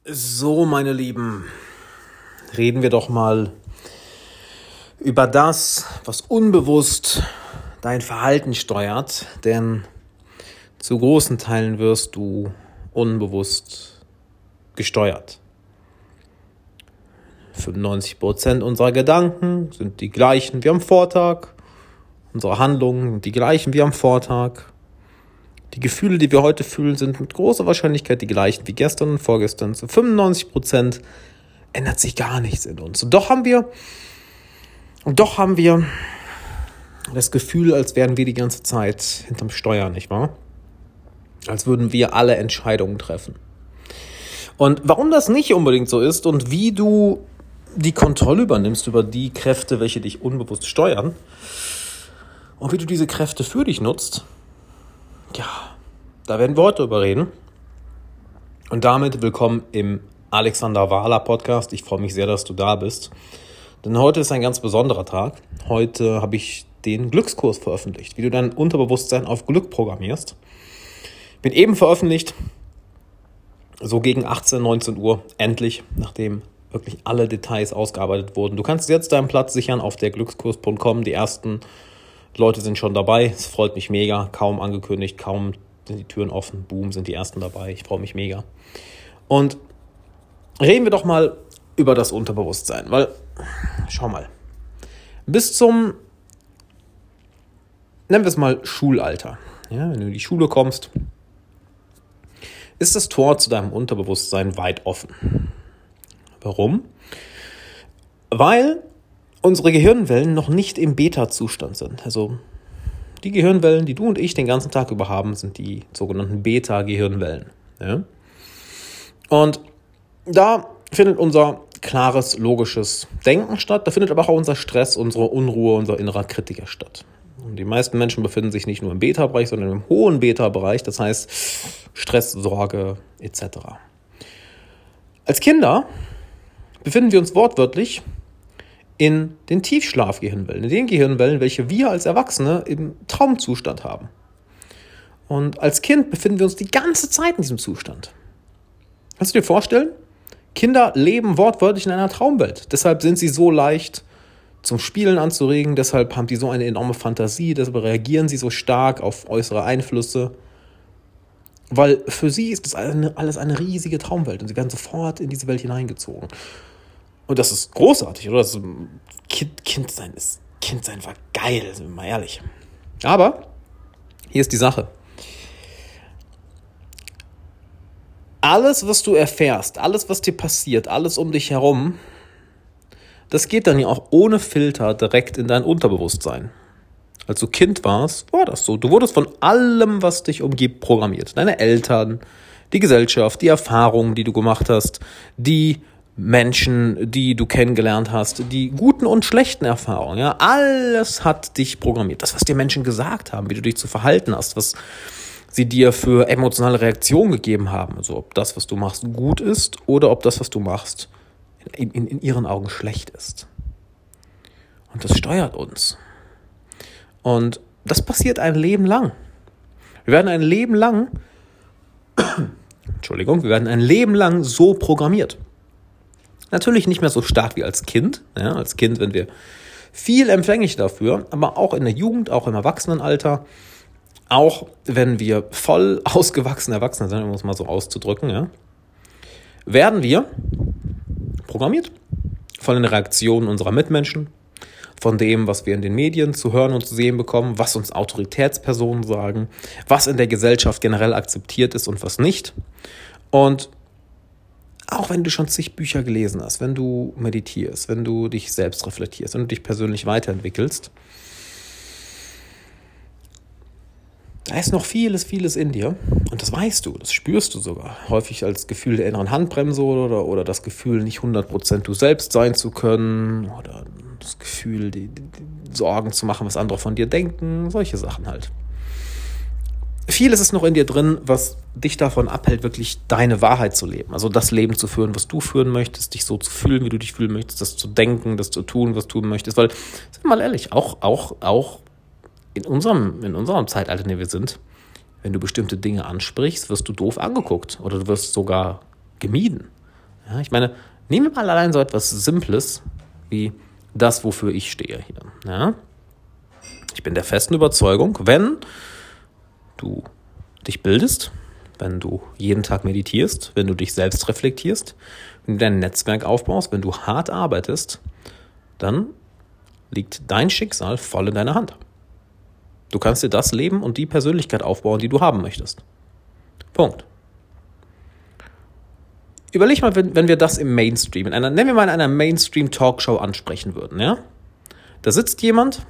So, meine Lieben, reden wir doch mal über das, was unbewusst dein Verhalten steuert, denn zu großen Teilen wirst du unbewusst gesteuert. 95% unserer Gedanken sind die gleichen wie am Vortag, unsere Handlungen sind die gleichen wie am Vortag. Die Gefühle, die wir heute fühlen, sind mit großer Wahrscheinlichkeit die gleichen wie gestern und vorgestern. Zu 95% ändert sich gar nichts in uns. Und doch haben wir das Gefühl, als wären wir die ganze Zeit hinterm Steuer, nicht wahr? Als würden wir alle Entscheidungen treffen. Und warum das nicht unbedingt so ist und wie du die Kontrolle übernimmst über die Kräfte, welche dich unbewusst steuern und wie du diese Kräfte für dich nutzt, ja, da werden wir heute drüber reden. Und damit willkommen im Alexander Wahler Podcast. Ich freue mich sehr, dass du da bist. Denn heute ist ein ganz besonderer Tag. Heute habe ich den Glückskurs veröffentlicht, wie du dein Unterbewusstsein auf Glück programmierst. Wird eben veröffentlicht, so gegen 18, 19 Uhr, endlich, nachdem wirklich alle Details ausgearbeitet wurden. Du kannst jetzt deinen Platz sichern auf der glückskurs.com. Die ersten Leute sind schon dabei, es freut mich mega, kaum angekündigt, kaum sind die Türen offen, boom, sind die ersten dabei, ich freue mich mega. Und reden wir doch mal über das Unterbewusstsein, weil, schau mal, bis zum, nennen wir es mal Schulalter, ja, wenn du in die Schule kommst, ist das Tor zu deinem Unterbewusstsein weit offen. Warum? Weil unsere Gehirnwellen noch nicht im Beta-Zustand sind. Also die Gehirnwellen, die du und ich den ganzen Tag über haben, sind die sogenannten Beta-Gehirnwellen. Ja? Und da findet unser klares, logisches Denken statt. Da findet aber auch unser Stress, unsere Unruhe, unser innerer Kritiker statt. Und die meisten Menschen befinden sich nicht nur im Beta-Bereich, sondern im hohen Beta-Bereich. Das heißt Stress, Sorge etc. Als Kinder befinden wir uns wortwörtlich in den Tiefschlafgehirnwellen, in den Gehirnwellen, welche wir als Erwachsene im Traumzustand haben. Und als Kind befinden wir uns die ganze Zeit in diesem Zustand. Kannst du dir vorstellen? Kinder leben wortwörtlich in einer Traumwelt. Deshalb sind sie so leicht zum Spielen anzuregen, deshalb haben die so eine enorme Fantasie, deshalb reagieren sie so stark auf äußere Einflüsse. Weil für sie ist das alles eine riesige Traumwelt und sie werden sofort in diese Welt hineingezogen. Und das ist großartig, oder? Das Kindsein war geil, sind wir mal ehrlich. Aber hier ist die Sache. Alles, was du erfährst, alles, was dir passiert, alles um dich herum, das geht dann ja auch ohne Filter direkt in dein Unterbewusstsein. Als du Kind warst, war das so. Du wurdest von allem, was dich umgibt, programmiert. Deine Eltern, die Gesellschaft, die Erfahrungen, die du gemacht hast, die Menschen, die du kennengelernt hast, die guten und schlechten Erfahrungen, ja, alles hat dich programmiert. Das, was dir Menschen gesagt haben, wie du dich zu verhalten hast, was sie dir für emotionale Reaktionen gegeben haben, also ob das, was du machst, gut ist oder ob das, was du machst, in ihren Augen schlecht ist. Und das steuert uns. Und das passiert ein Leben lang. Wir werden ein Leben lang so programmiert. Natürlich nicht mehr so stark wie als Kind. Ja, als Kind sind wir viel empfänglich dafür, aber auch in der Jugend, auch im Erwachsenenalter, auch wenn wir voll ausgewachsene Erwachsene sind, um es mal so auszudrücken, ja, werden wir programmiert von den Reaktionen unserer Mitmenschen, von dem, was wir in den Medien zu hören und zu sehen bekommen, was uns Autoritätspersonen sagen, was in der Gesellschaft generell akzeptiert ist und was nicht. Und auch wenn du schon zig Bücher gelesen hast, wenn du meditierst, wenn du dich selbst reflektierst, wenn du dich persönlich weiterentwickelst, da ist noch vieles in dir und das weißt du, das spürst du sogar. Häufig als Gefühl der inneren Handbremse oder das Gefühl, nicht 100% du selbst sein zu können oder das Gefühl, die Sorgen zu machen, was andere von dir denken, solche Sachen halt. Vieles ist noch in dir drin, was dich davon abhält, wirklich deine Wahrheit zu leben. Also das Leben zu führen, was du führen möchtest, dich so zu fühlen, wie du dich fühlen möchtest, das zu denken, das zu tun, was du tun möchtest. Weil, sind wir mal ehrlich, auch in unserem Zeitalter, in dem wir sind, wenn du bestimmte Dinge ansprichst, wirst du doof angeguckt oder du wirst sogar gemieden. Ja, ich meine, nehmen wir mal allein so etwas Simples wie das, wofür ich stehe hier. Ja? Ich bin der festen Überzeugung, wenn du dich bildest, wenn du jeden Tag meditierst, wenn du dich selbst reflektierst, wenn du dein Netzwerk aufbaust, wenn du hart arbeitest, dann liegt dein Schicksal voll in deiner Hand. Du kannst dir das Leben und die Persönlichkeit aufbauen, die du haben möchtest. Punkt. Überleg mal, wenn wir das im Mainstream, nennen wir mal in einer Mainstream-Talkshow ansprechen würden, ja? Da sitzt jemand,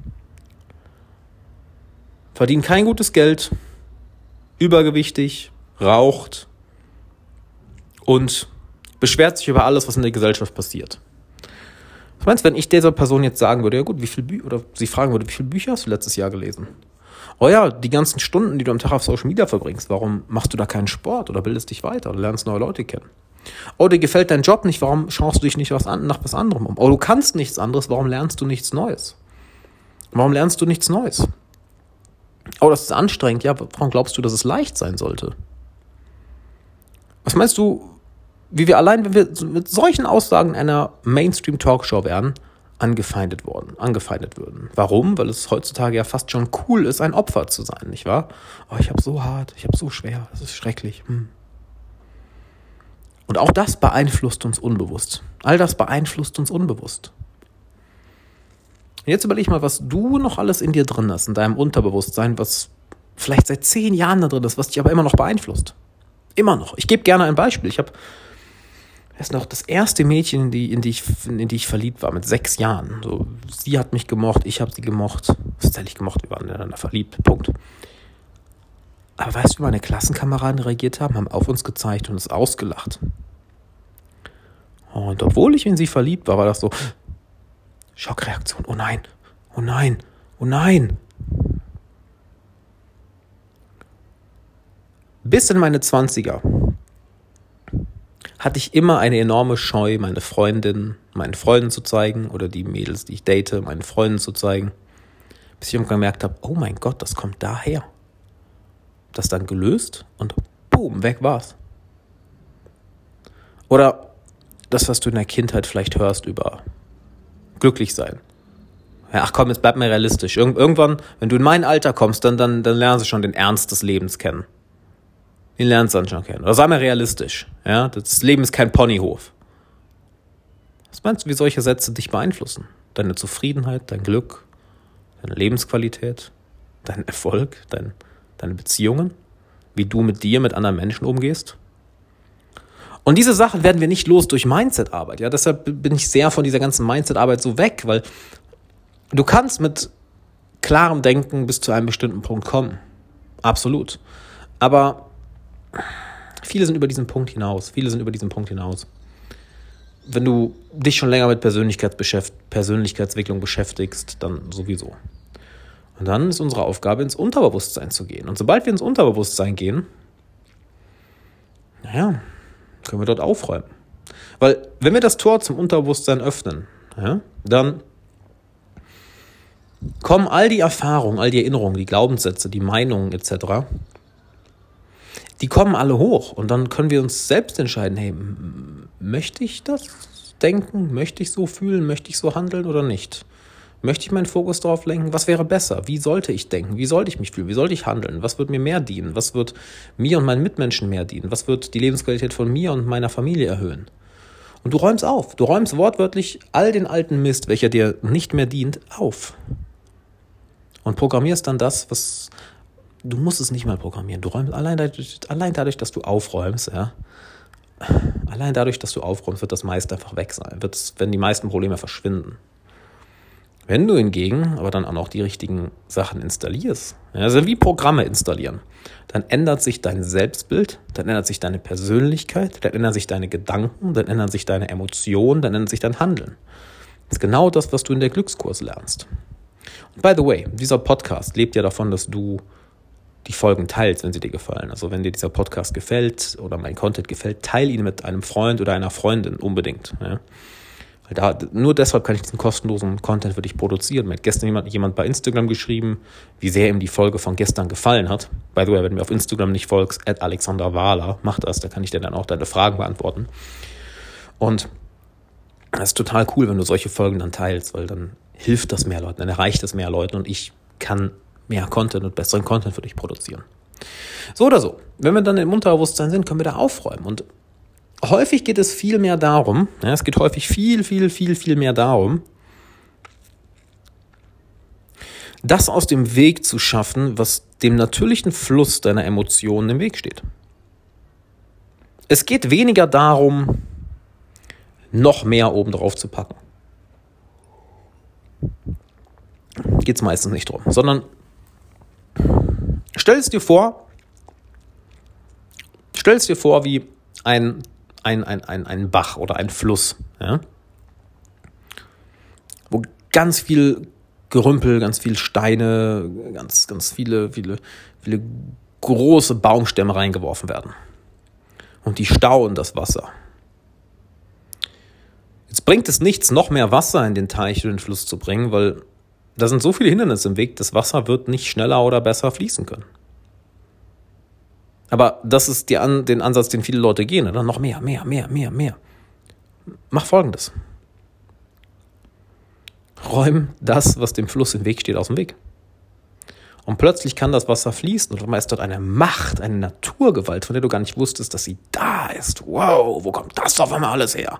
verdient kein gutes Geld, übergewichtig, raucht und beschwert sich über alles, was in der Gesellschaft passiert. Was meinst du, wenn ich dieser Person jetzt sagen würde, ja gut, oder sie fragen würde, wie viele Bücher hast du letztes Jahr gelesen? Oh ja, die ganzen Stunden, die du am Tag auf Social Media verbringst, warum machst du da keinen Sport oder bildest dich weiter oder lernst neue Leute kennen? Oh, dir gefällt dein Job nicht, warum schaust du dich nicht nach was anderem um? Oh, du kannst nichts anderes, warum lernst du nichts Neues? Warum lernst du nichts Neues? Oh, das ist anstrengend, ja, warum glaubst du, dass es leicht sein sollte? Was meinst du, wie wir allein, wenn wir mit solchen Aussagen einer Mainstream-Talkshow wären, angefeindet würden. Warum? Weil es heutzutage ja fast schon cool ist, ein Opfer zu sein, nicht wahr? Oh, ich habe so hart, ich habe so schwer, das ist schrecklich. Und auch das beeinflusst uns unbewusst. All das beeinflusst uns unbewusst. Und jetzt überleg mal, was du noch alles in dir drin hast, in deinem Unterbewusstsein, was vielleicht seit 10 Jahren da drin ist, was dich aber immer noch beeinflusst. Immer noch. Ich gebe gerne ein Beispiel. Ich habe erst noch das erste Mädchen, in die ich verliebt war, mit 6 Jahren. So, sie hat mich gemocht, ich habe sie gemocht. Was ist ehrlich gemocht? Wir waren ineinander verliebt. Punkt. Aber weißt du, wie meine Klassenkameraden reagiert haben auf uns gezeigt und es ausgelacht. Und obwohl ich in sie verliebt war, war das so Schockreaktion. Oh nein, oh nein, oh nein. Bis in meine 20er hatte ich immer eine enorme Scheu, meine Freundin meinen Freunden zu zeigen oder die Mädels, die ich date, meinen Freunden zu zeigen. Bis ich irgendwann gemerkt habe, oh mein Gott, das kommt daher. Das dann gelöst und boom, weg war's. Oder das, was du in der Kindheit vielleicht hörst über glücklich sein. Ja, ach komm, jetzt bleib mal realistisch. Irgendwann, wenn du in mein Alter kommst, dann lernst du schon den Ernst des Lebens kennen. Den lernst du dann schon kennen. Oder sei mal realistisch. Ja, das Leben ist kein Ponyhof. Was meinst du, wie solche Sätze dich beeinflussen? Deine Zufriedenheit, dein Glück, deine Lebensqualität, dein Erfolg, deine Beziehungen, wie du mit dir, mit anderen Menschen umgehst. Und diese Sachen werden wir nicht los durch Mindset-Arbeit. Ja, deshalb bin ich sehr von dieser ganzen Mindset-Arbeit so weg, weil du kannst mit klarem Denken bis zu einem bestimmten Punkt kommen. Absolut. Aber viele sind über diesen Punkt hinaus. Wenn du dich schon länger mit Persönlichkeitsentwicklung beschäftigst, dann sowieso. Und dann ist unsere Aufgabe, ins Unterbewusstsein zu gehen. Und sobald wir ins Unterbewusstsein gehen, können wir dort aufräumen. Weil wenn wir das Tor zum Unterbewusstsein öffnen, dann kommen all die Erfahrungen, all die Erinnerungen, die Glaubenssätze, die Meinungen etc., die kommen alle hoch. Und dann können wir uns selbst entscheiden, hey, möchte ich das denken? Möchte ich so fühlen? Möchte ich so handeln oder nicht? Möchte ich meinen Fokus darauf lenken? Was wäre besser? Wie sollte ich denken? Wie sollte ich mich fühlen? Wie sollte ich handeln? Was wird mir mehr dienen? Was wird mir und meinen Mitmenschen mehr dienen? Was wird die Lebensqualität von mir und meiner Familie erhöhen? Und du räumst auf. Du räumst wortwörtlich all den alten Mist, welcher dir nicht mehr dient, auf. Und programmierst dann das, was... Du musst es nicht mal programmieren. Du räumst allein dadurch, dass du aufräumst, allein dadurch, dass du aufräumst, wird das meiste einfach weg sein. Werden die meisten Probleme verschwinden. Wenn du hingegen aber dann auch noch die richtigen Sachen installierst, also wie Programme installieren, dann ändert sich dein Selbstbild, dann ändert sich deine Persönlichkeit, dann ändern sich deine Gedanken, dann ändern sich deine Emotionen, dann ändert sich dein Handeln. Das ist genau das, was du in der Glückskurs lernst. Und by the way, dieser Podcast lebt ja davon, dass du die Folgen teilst, wenn sie dir gefallen. Also wenn dir dieser Podcast gefällt oder mein Content gefällt, teile ihn mit einem Freund oder einer Freundin unbedingt. Ja. Weil nur deshalb kann ich diesen kostenlosen Content für dich produzieren. Mir hat gestern jemand bei Instagram geschrieben, wie sehr ihm die Folge von gestern gefallen hat. By the way, wenn du mir auf Instagram nicht folgst, @AlexanderWahler, mach das, da kann ich dir dann auch deine Fragen beantworten. Und das ist total cool, wenn du solche Folgen dann teilst, weil dann hilft das mehr Leuten, dann erreicht es mehr Leuten und ich kann mehr Content und besseren Content für dich produzieren. So oder so, wenn wir dann im Unterbewusstsein sind, können wir da aufräumen. Und häufig geht es viel mehr darum, es geht häufig viel mehr darum, das aus dem Weg zu schaffen, was dem natürlichen Fluss deiner Emotionen im Weg steht. Es geht weniger darum, noch mehr oben drauf zu packen. Geht es meistens nicht drum, sondern stell es dir vor wie ein Bach oder ein Fluss, ja? Wo ganz viel Gerümpel, ganz viel Steine, ganz viele große Baumstämme reingeworfen werden. Und die stauen das Wasser. Jetzt bringt es nichts, noch mehr Wasser in den Teich oder den Fluss zu bringen, weil da sind so viele Hindernisse im Weg, das Wasser wird nicht schneller oder besser fließen können. Aber das ist den Ansatz, den viele Leute gehen, oder? Noch mehr. Mach Folgendes. Räum das, was dem Fluss im Weg steht, aus dem Weg. Und plötzlich kann das Wasser fließen und es dort eine Macht, eine Naturgewalt, von der du gar nicht wusstest, dass sie da ist. Wow, wo kommt das auf einmal alles her?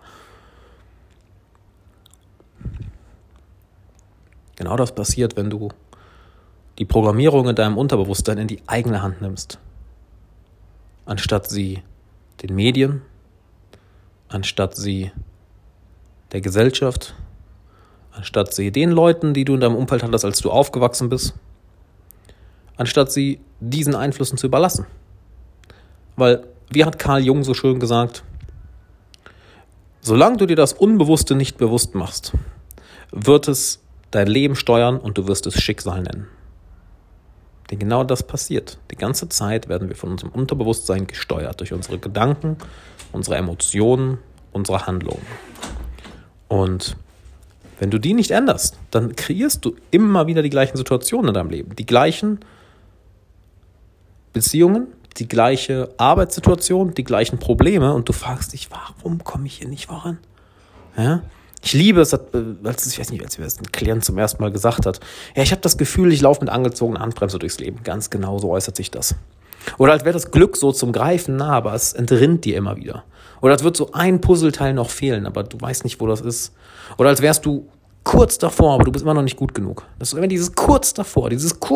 Genau das passiert, wenn du die Programmierung in deinem Unterbewusstsein in die eigene Hand nimmst. Anstatt sie den Medien, anstatt sie der Gesellschaft, anstatt sie den Leuten, die du in deinem Umfeld hattest, als du aufgewachsen bist, anstatt sie diesen Einflüssen zu überlassen. Weil, wie hat Carl Jung so schön gesagt, solange du dir das Unbewusste nicht bewusst machst, wird es dein Leben steuern und du wirst es Schicksal nennen. Denn genau das passiert. Die ganze Zeit werden wir von unserem Unterbewusstsein gesteuert, durch unsere Gedanken, unsere Emotionen, unsere Handlungen. Und wenn du die nicht änderst, dann kreierst du immer wieder die gleichen Situationen in deinem Leben. Die gleichen Beziehungen, die gleiche Arbeitssituation, die gleichen Probleme und du fragst dich, warum komme ich hier nicht voran? Ja? Ich liebe es, ich weiß nicht, als mir das ein Klient zum ersten Mal gesagt hat, ja, ich habe das Gefühl, ich laufe mit angezogener Handbremse durchs Leben. Ganz genau so äußert sich das. Oder als wäre das Glück so zum Greifen nah, aber es entrinnt dir immer wieder. Oder als würde so ein Puzzleteil noch fehlen, aber du weißt nicht, wo das ist. Oder als wärst du kurz davor, aber du bist immer noch nicht gut genug. Das ist immer dieses kurz davor,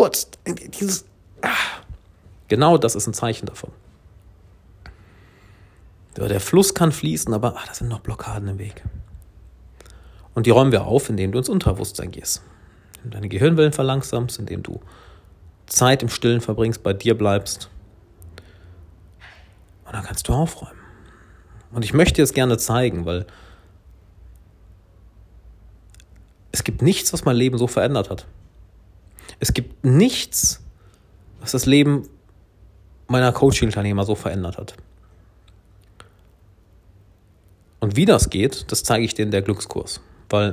genau das ist ein Zeichen davon. Der Fluss kann fließen, aber da sind noch Blockaden im Weg. Und die räumen wir auf, indem du ins Unterbewusstsein gehst. Indem du deine Gehirnwellen verlangsamst, indem du Zeit im Stillen verbringst, bei dir bleibst. Und dann kannst du aufräumen. Und ich möchte dir das gerne zeigen, weil es gibt nichts, was mein Leben so verändert hat. Es gibt nichts, was das Leben meiner Coaching-Teilnehmer so verändert hat. Und wie das geht, das zeige ich dir in der Glückskurs. Weil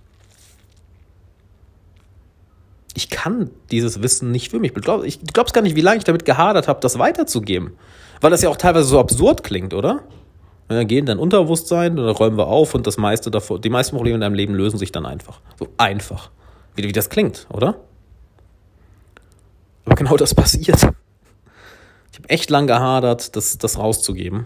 ich kann dieses Wissen nicht für mich. Ich glaub's gar nicht, wie lange ich damit gehadert habe, das weiterzugeben. Weil das ja auch teilweise so absurd klingt, oder? Wir gehen dann Unterbewusstsein, dann räumen wir auf und die meisten Probleme in deinem Leben lösen sich dann einfach. So einfach. Wie das klingt, oder? Aber genau das passiert. Ich habe echt lang gehadert, das rauszugeben.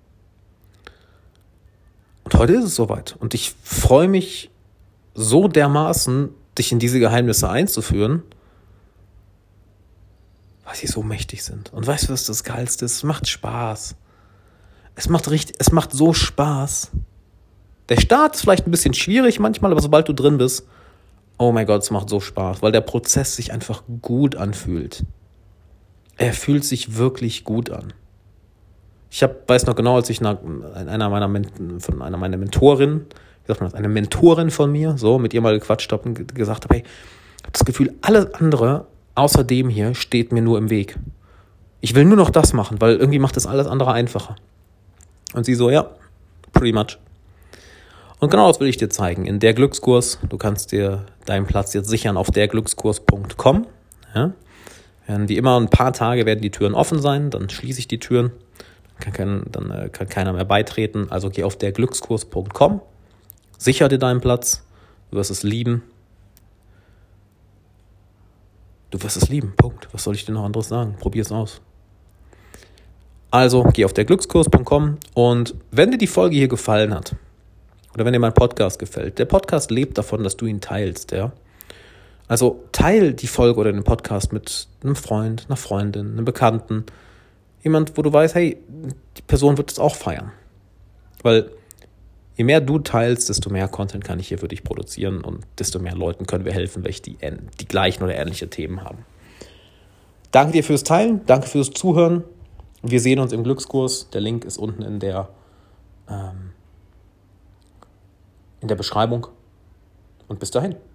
Und heute ist es soweit. Und ich freue mich so dermaßen, dich in diese Geheimnisse einzuführen, weil sie so mächtig sind. Und weißt du, was das Geilste ist? Es macht Spaß. Es macht so Spaß. Der Start ist vielleicht ein bisschen schwierig manchmal, aber sobald du drin bist, oh mein Gott, es macht so Spaß, weil der Prozess sich einfach gut anfühlt. Er fühlt sich wirklich gut an. Ich weiß noch genau, als ich von einer meiner Mentorinnen, wie sagt man das, eine Mentorin von mir, so mit ihr mal gequatscht habe und gesagt habe, hey, ich habe das Gefühl, alles andere außer dem hier steht mir nur im Weg. Ich will nur noch das machen, weil irgendwie macht das alles andere einfacher. Und sie so, ja, pretty much. Und genau das will ich dir zeigen. In der Glückskurs, du kannst dir deinen Platz jetzt sichern auf derglückskurs.com. Ja. Wie immer, ein paar Tage werden die Türen offen sein, dann schließe ich die Türen. Du Dann kann keiner mehr beitreten. Also geh auf derglückskurs.com, sicher dir deinen Platz, du wirst es lieben. Du wirst es lieben, Punkt. Was soll ich dir noch anderes sagen? Probier es aus. Also geh auf derglückskurs.com und wenn dir die Folge hier gefallen hat oder wenn dir mein Podcast gefällt, der Podcast lebt davon, dass du ihn teilst, ja. Also teil die Folge oder den Podcast mit einem Freund, einer Freundin, einem Bekannten, jemand, wo du weißt, hey, die Person wird es auch feiern. Weil je mehr du teilst, desto mehr Content kann ich hier für dich produzieren und desto mehr Leuten können wir helfen, welche die gleichen oder ähnliche Themen haben. Danke dir fürs Teilen, danke fürs Zuhören. Wir sehen uns im Glückskurs. Der Link ist unten in der Beschreibung. Und bis dahin.